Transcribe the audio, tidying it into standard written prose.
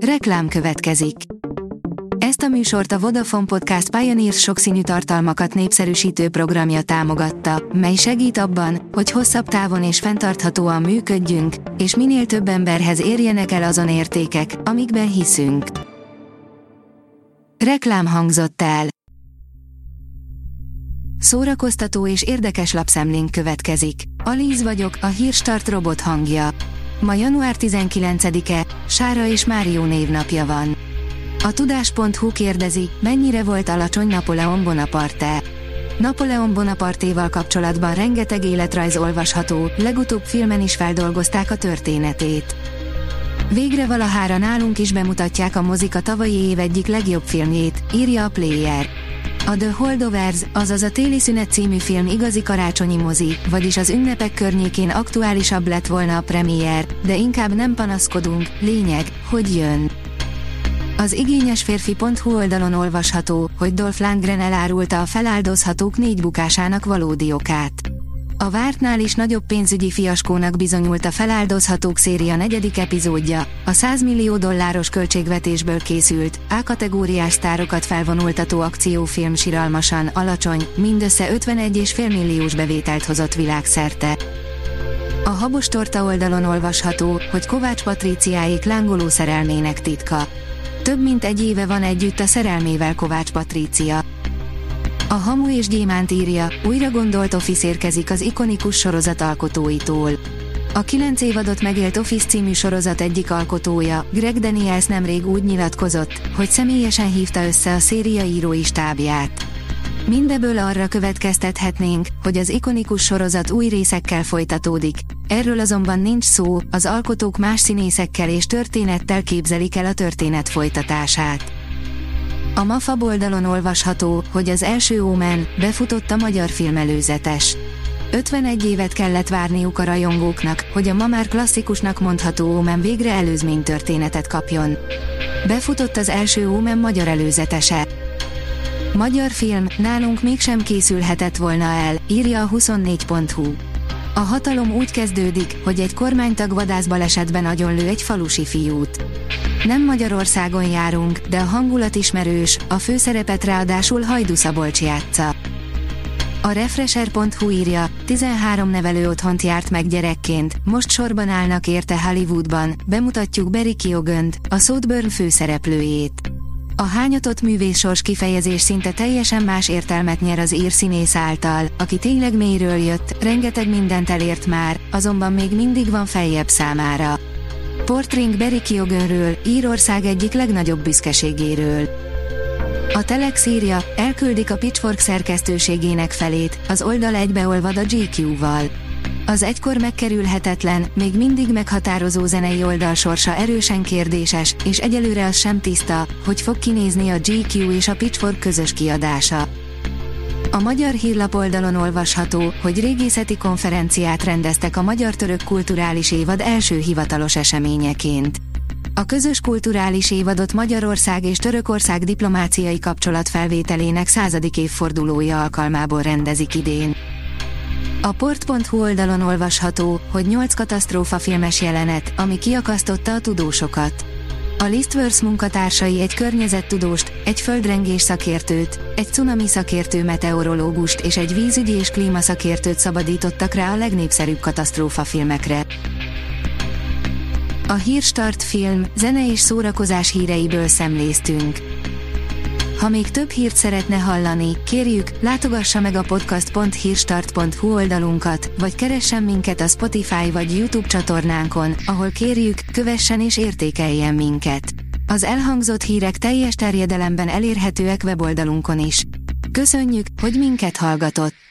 Reklám következik. Ezt a műsort a Vodafone Podcast Pioneers sokszínű tartalmakat népszerűsítő programja támogatta, mely segít abban, hogy hosszabb távon és fenntarthatóan működjünk, és minél több emberhez érjenek el azon értékek, amikben hiszünk. Reklám hangzott el. Szórakoztató és érdekes lapszemlénk következik. Alíz vagyok, a Hírstart robot hangja. Ma január 19-e, Sára és Mário névnapja van. A tudás.hu kérdezi, mennyire volt alacsony Napóleon Bonaparte. Napóleon Bonapartéval kapcsolatban rengeteg életrajz olvasható, legutóbb filmen is feldolgozták a történetét. Végre valahára nálunk is bemutatják a mozik a tavalyi év egyik legjobb filmjét, írja a Player. A The Holdovers, azaz a Téli szünet című film igazi karácsonyi mozi, vagyis az ünnepek környékén aktuálisabb lett volna a premier, de inkább nem panaszkodunk, lényeg, hogy jön. Az igényesférfi.hu oldalon olvasható, hogy Dolph Lundgren elárulta a Feláldozhatók 4 bukásának valódi okát. A vártnál is nagyobb pénzügyi fiaskónak bizonyult a Feláldozhatók széria 4. epizódja, a $100 millió költségvetésből készült, A-kategóriás sztárokat felvonultató akciófilm siralmasan alacsony, mindössze 51,5 milliós bevételt hozott világszerte. A Habos Torta oldalon olvasható, hogy Kovács Patríciáék lángoló szerelmének titka. Több mint egy éve van együtt a szerelmével Kovács Patrícia. A Hamu és Gyémánt írja, újra gondolt Office érkezik az ikonikus sorozat alkotóitól. A 9 évadot megélt Office című sorozat egyik alkotója, Greg Daniels nemrég úgy nyilatkozott, hogy személyesen hívta össze a széria írói stábját. Mindebből arra következtethetnénk, hogy az ikonikus sorozat új részekkel folytatódik, erről azonban nincs szó, az alkotók más színészekkel és történettel képzelik el a történet folytatását. A Mafab oldalon olvasható, hogy az első Omen, befutott a magyar filmelőzetes. 51 évet kellett várniuk a rajongóknak, hogy a ma már klasszikusnak mondható Omen végre előzménytörténetet kapjon. Befutott az első Omen magyar előzetese. Magyar film, nálunk mégsem készülhetett volna el, írja a 24.hu. A hatalom úgy kezdődik, hogy egy kormánytag vadászbalesetben agyonlő egy falusi fiút. Nem Magyarországon járunk, de a hangulat ismerős, a főszerepet ráadásul Hajdú Szabolcs játsza. A Refresher.hu írja, 13 nevelő otthont járt meg gyerekként, most sorban állnak érte Hollywoodban, bemutatjuk Barry Keoghan-t, a Southburn főszereplőjét. A hányatott művészsors kifejezés szinte teljesen más értelmet nyer az ír színész által, aki tényleg mélyről jött, rengeteg mindent elért már, azonban még mindig van feljebb számára. Portrénk Barry Keoghanről, Írország egyik legnagyobb büszkeségéről. A Telex írja, elküldik a Pitchfork szerkesztőségének felét, az oldal egybeolvad a GQ-val. Az egykor megkerülhetetlen, még mindig meghatározó zenei oldal sorsa erősen kérdéses, és egyelőre az sem tiszta, hogy fog kinézni a GQ és a Pitchfork közös kiadása. A Magyar Hírlap oldalon olvasható, hogy régészeti konferenciát rendeztek a Magyar-Török Kulturális Évad első hivatalos eseményeként. A közös kulturális évadot Magyarország és Törökország diplomáciai kapcsolatfelvételének 100. évfordulója alkalmából rendezik idén. A port.hu oldalon olvasható, hogy 8 katasztrófafilmes jelenet, ami kiakasztotta a tudósokat. A Listverse munkatársai egy környezettudóst, egy földrengés szakértőt, egy cunami szakértő meteorológust és egy vízügyi és klímaszakértőt szabadítottak rá a legnépszerűbb katasztrófafilmekre. A Hírstart film, zene és szórakozás híreiből szemléztünk. Ha még több hírt szeretne hallani, kérjük, látogassa meg a podcast.hírstart.hu oldalunkat, vagy keressen minket a Spotify vagy YouTube csatornánkon, ahol kérjük, kövessen és értékeljen minket. Az elhangzott hírek teljes terjedelemben elérhetőek weboldalunkon is. Köszönjük, hogy minket hallgatott!